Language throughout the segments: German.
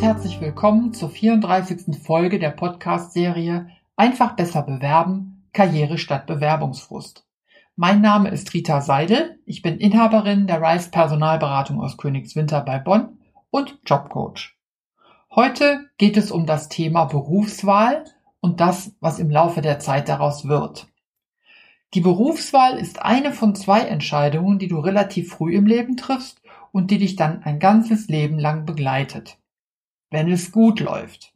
und herzlich willkommen zur 34. Folge der Podcast-Serie Einfach besser bewerben, Karriere statt Bewerbungsfrust. Mein Name ist Rita Seidel, ich bin Inhaberin der Rise Personalberatung aus Königswinter bei Bonn und Jobcoach. Heute geht es um das Thema Berufswahl und das, was im Laufe der Zeit daraus wird. Die Berufswahl ist eine von 2 Entscheidungen, die du relativ früh im Leben triffst und die dich dann ein ganzes Leben lang begleitet, wenn es gut läuft.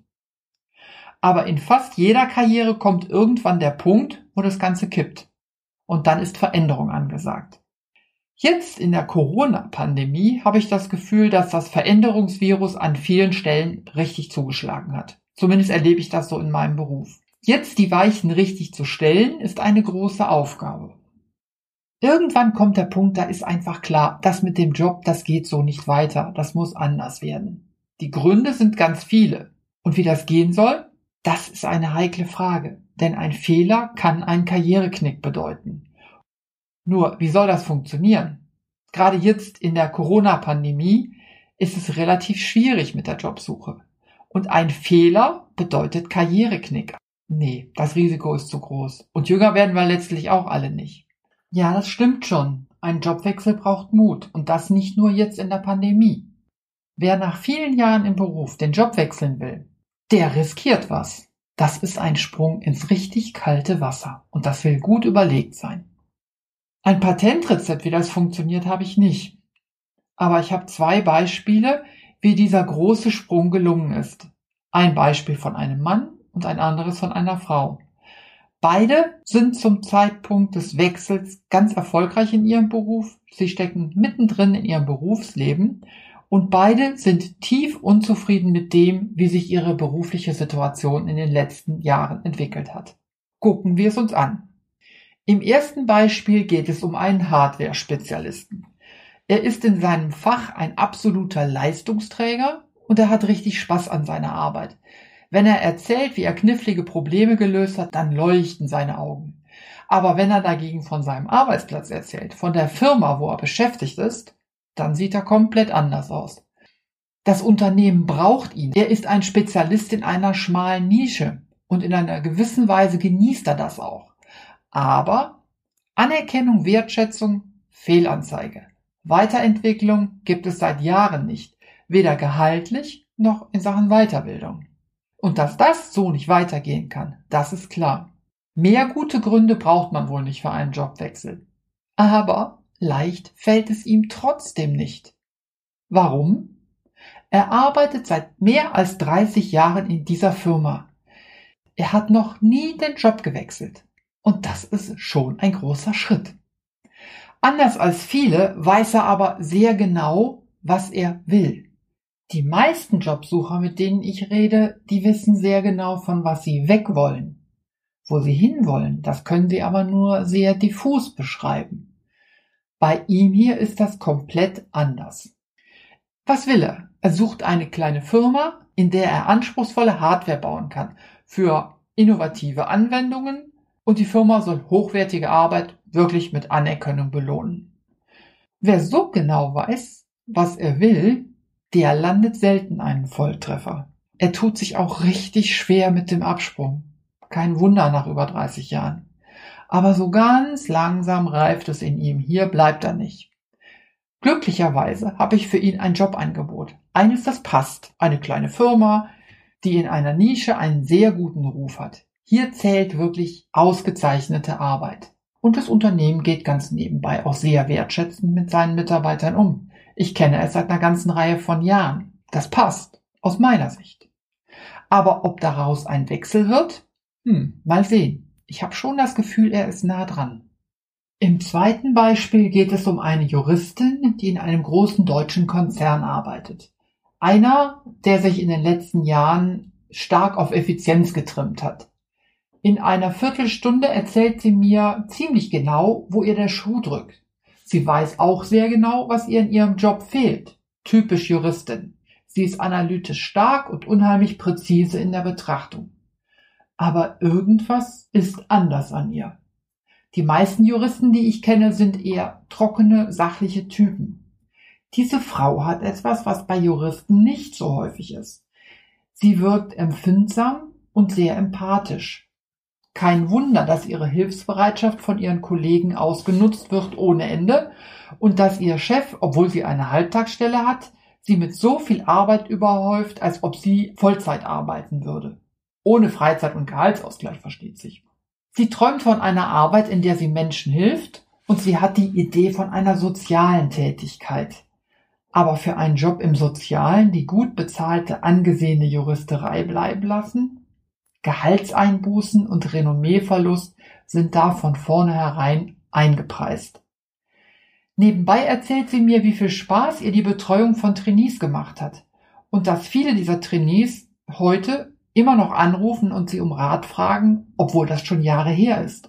Aber in fast jeder Karriere kommt irgendwann der Punkt, wo das Ganze kippt. Und dann ist Veränderung angesagt. Jetzt in der Corona-Pandemie habe ich das Gefühl, dass das Veränderungsvirus an vielen Stellen richtig zugeschlagen hat. Zumindest erlebe ich das so in meinem Beruf. Jetzt die Weichen richtig zu stellen, ist eine große Aufgabe. Irgendwann kommt der Punkt, da ist einfach klar, das mit dem Job, das geht so nicht weiter, das muss anders werden. Die Gründe sind ganz viele. Und wie das gehen soll, das ist eine heikle Frage. Denn ein Fehler kann einen Karriereknick bedeuten. Nur, wie soll das funktionieren? Gerade jetzt in der Corona-Pandemie ist es relativ schwierig mit der Jobsuche. Und ein Fehler bedeutet Karriereknick. Nee, das Risiko ist zu groß. Und jünger werden wir letztlich auch alle nicht. Ja, das stimmt schon. Ein Jobwechsel braucht Mut. Und das nicht nur jetzt in der Pandemie. Wer nach vielen Jahren im Beruf den Job wechseln will, der riskiert was. Das ist ein Sprung ins richtig kalte Wasser. Und das will gut überlegt sein. Ein Patentrezept, wie das funktioniert, habe ich nicht. Aber ich habe 2 Beispiele, wie dieser große Sprung gelungen ist. Ein Beispiel von einem Mann und ein anderes von einer Frau. Beide sind zum Zeitpunkt des Wechsels ganz erfolgreich in ihrem Beruf. Sie stecken mittendrin in ihrem Berufsleben und beide sind tief unzufrieden mit dem, wie sich ihre berufliche Situation in den letzten Jahren entwickelt hat. Gucken wir es uns an. Im ersten Beispiel geht es um einen Hardware-Spezialisten. Er ist in seinem Fach ein absoluter Leistungsträger und er hat richtig Spaß an seiner Arbeit. Wenn er erzählt, wie er knifflige Probleme gelöst hat, dann leuchten seine Augen. Aber wenn er dagegen von seinem Arbeitsplatz erzählt, von der Firma, wo er beschäftigt ist, dann sieht er komplett anders aus. Das Unternehmen braucht ihn. Er ist ein Spezialist in einer schmalen Nische und in einer gewissen Weise genießt er das auch. Aber Anerkennung, Wertschätzung, Fehlanzeige. Weiterentwicklung gibt es seit Jahren nicht, weder gehaltlich noch in Sachen Weiterbildung. Und dass das so nicht weitergehen kann, das ist klar. Mehr gute Gründe braucht man wohl nicht für einen Jobwechsel. Aber leicht fällt es ihm trotzdem nicht. Warum? Er arbeitet seit mehr als 30 Jahren in dieser Firma. Er hat noch nie den Job gewechselt. Und das ist schon ein großer Schritt. Anders als viele weiß er aber sehr genau, was er will. Die meisten Jobsucher, mit denen ich rede, die wissen sehr genau, von was sie weg wollen. Wo sie hinwollen, das können sie aber nur sehr diffus beschreiben. Bei ihm hier ist das komplett anders. Was will er? Er sucht eine kleine Firma, in der er anspruchsvolle Hardware bauen kann, für innovative Anwendungen und die Firma soll hochwertige Arbeit wirklich mit Anerkennung belohnen. Wer so genau weiß, was er will, der landet selten einen Volltreffer. Er tut sich auch richtig schwer mit dem Absprung. Kein Wunder nach über 30 Jahren. Aber so ganz langsam reift es in ihm. Hier bleibt er nicht. Glücklicherweise habe ich für ihn ein Jobangebot. Eines, das passt. Eine kleine Firma, die in einer Nische einen sehr guten Ruf hat. Hier zählt wirklich ausgezeichnete Arbeit. Und das Unternehmen geht ganz nebenbei auch sehr wertschätzend mit seinen Mitarbeitern um. Ich kenne es seit einer ganzen Reihe von Jahren. Das passt, aus meiner Sicht. Aber ob daraus ein Wechsel wird? Mal sehen. Ich habe schon das Gefühl, er ist nah dran. Im zweiten Beispiel geht es um eine Juristin, die in einem großen deutschen Konzern arbeitet. Einer, der sich in den letzten Jahren stark auf Effizienz getrimmt hat. In einer Viertelstunde erzählt sie mir ziemlich genau, wo ihr der Schuh drückt. Sie weiß auch sehr genau, was ihr in ihrem Job fehlt. Typisch Juristin. Sie ist analytisch stark und unheimlich präzise in der Betrachtung. Aber irgendwas ist anders an ihr. Die meisten Juristen, die ich kenne, sind eher trockene, sachliche Typen. Diese Frau hat etwas, was bei Juristen nicht so häufig ist. Sie wirkt empfindsam und sehr empathisch. Kein Wunder, dass ihre Hilfsbereitschaft von ihren Kollegen ausgenutzt wird ohne Ende und dass ihr Chef, obwohl sie eine Halbtagsstelle hat, sie mit so viel Arbeit überhäuft, als ob sie Vollzeit arbeiten würde. Ohne Freizeit- und Gehaltsausgleich, versteht sich. Sie träumt von einer Arbeit, in der sie Menschen hilft, und sie hat die Idee von einer sozialen Tätigkeit. Aber für einen Job im Sozialen die gut bezahlte, angesehene Juristerei bleiben lassen? Gehaltseinbußen und Renommeeverlust sind da von vornherein eingepreist. Nebenbei erzählt sie mir, wie viel Spaß ihr die Betreuung von Trainees gemacht hat und dass viele dieser Trainees heute immer noch anrufen und sie um Rat fragen, obwohl das schon Jahre her ist.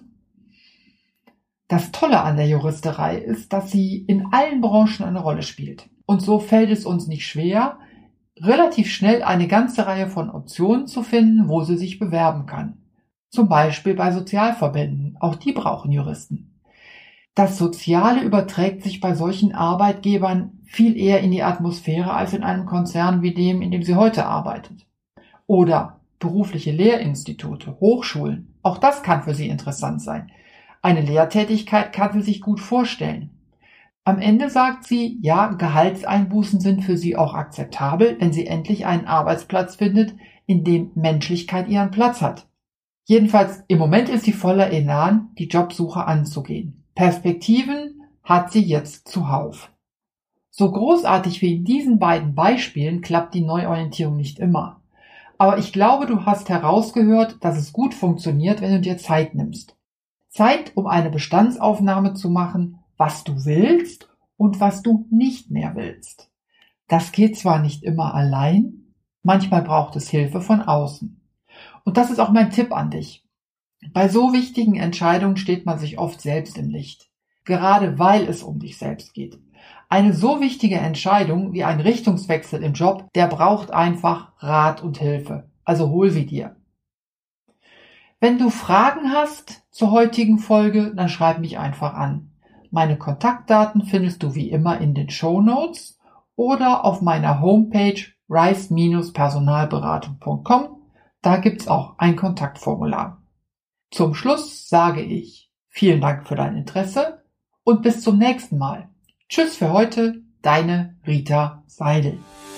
Das Tolle an der Juristerei ist, dass sie in allen Branchen eine Rolle spielt. Und so fällt es uns nicht schwer, relativ schnell eine ganze Reihe von Optionen zu finden, wo sie sich bewerben kann. Zum Beispiel bei Sozialverbänden, auch die brauchen Juristen. Das Soziale überträgt sich bei solchen Arbeitgebern viel eher in die Atmosphäre als in einem Konzern wie dem, in dem sie heute arbeitet. Oder berufliche Lehrinstitute, Hochschulen, auch das kann für sie interessant sein. Eine Lehrtätigkeit kann sie sich gut vorstellen. Am Ende sagt sie, ja, Gehaltseinbußen sind für sie auch akzeptabel, wenn sie endlich einen Arbeitsplatz findet, in dem Menschlichkeit ihren Platz hat. Jedenfalls im Moment ist sie voller Elan, die Jobsuche anzugehen. Perspektiven hat sie jetzt zuhauf. So großartig wie in diesen beiden Beispielen klappt die Neuorientierung nicht immer. Aber ich glaube, du hast herausgehört, dass es gut funktioniert, wenn du dir Zeit nimmst. Zeit, um eine Bestandsaufnahme zu machen, was du willst und was du nicht mehr willst. Das geht zwar nicht immer allein, manchmal braucht es Hilfe von außen. Und das ist auch mein Tipp an dich. Bei so wichtigen Entscheidungen steht man sich oft selbst im Licht, gerade weil es um dich selbst geht. Eine so wichtige Entscheidung wie ein Richtungswechsel im Job, der braucht einfach Rat und Hilfe. Also hol sie dir. Wenn du Fragen hast zur heutigen Folge, dann schreib mich einfach an. Meine Kontaktdaten findest du wie immer in den Shownotes oder auf meiner Homepage rice-personalberatung.com. Da gibt's auch ein Kontaktformular. Zum Schluss sage ich vielen Dank für dein Interesse und bis zum nächsten Mal. Tschüss für heute, deine Rita Seidel.